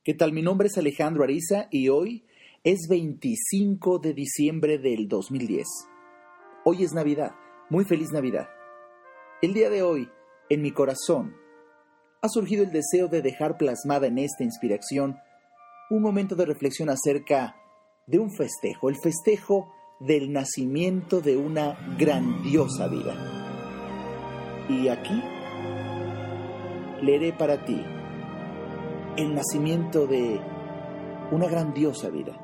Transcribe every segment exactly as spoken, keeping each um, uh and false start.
¿Qué tal? Mi nombre es Alejandro Ariza y hoy es veinticinco de diciembre del dos mil diez. Hoy es Navidad. Muy feliz Navidad. El día de hoy, en mi corazón, ha surgido el deseo de dejar plasmada en esta inspiración un momento de reflexión acerca de un festejo, el festejo del nacimiento de una grandiosa vida. Y aquí leeré para ti el nacimiento de una grandiosa vida.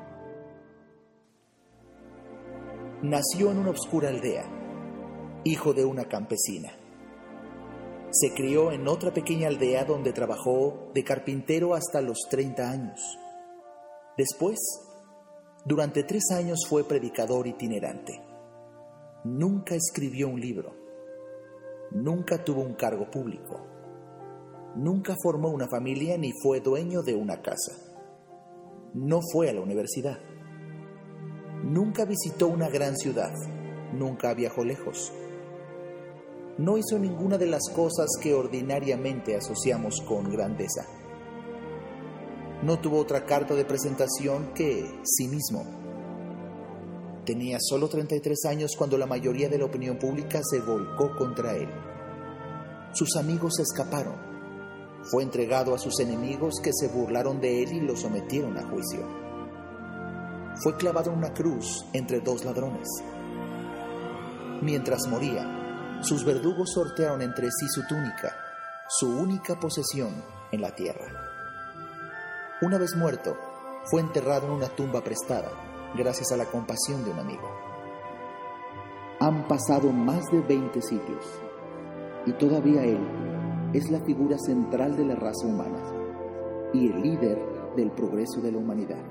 Nació en una oscura aldea, hijo de una campesina. Se crió en otra pequeña aldea donde trabajó de carpintero hasta los treinta años. Después, durante tres años fue predicador itinerante. Nunca escribió un libro. Nunca tuvo un cargo público. Nunca formó una familia ni fue dueño de una casa. No fue a la universidad. Nunca visitó una gran ciudad. Nunca viajó lejos. No hizo ninguna de las cosas que ordinariamente asociamos con grandeza. No tuvo otra carta de presentación que sí mismo. Tenía solo treinta y tres años cuando la mayoría de la opinión pública se volcó contra él. Sus amigos se escaparon. Fue entregado a sus enemigos que se burlaron de él y lo sometieron a juicio. Fue clavado en una cruz entre dos ladrones. Mientras moría, sus verdugos sortearon entre sí su túnica, su única posesión en la tierra. Una vez muerto, fue enterrado en una tumba prestada, gracias a la compasión de un amigo. Han pasado más de veinte siglos, y todavía él es la figura central de la raza humana y el líder del progreso de la humanidad.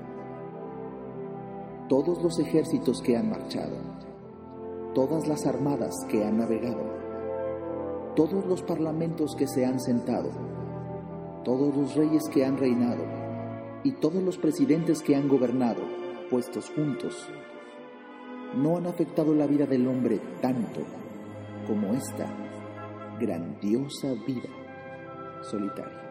Todos los ejércitos que han marchado, todas las armadas que han navegado, todos los parlamentos que se han sentado, todos los reyes que han reinado y todos los presidentes que han gobernado, puestos juntos, no han afectado la vida del hombre tanto como esta grandiosa vida solitaria.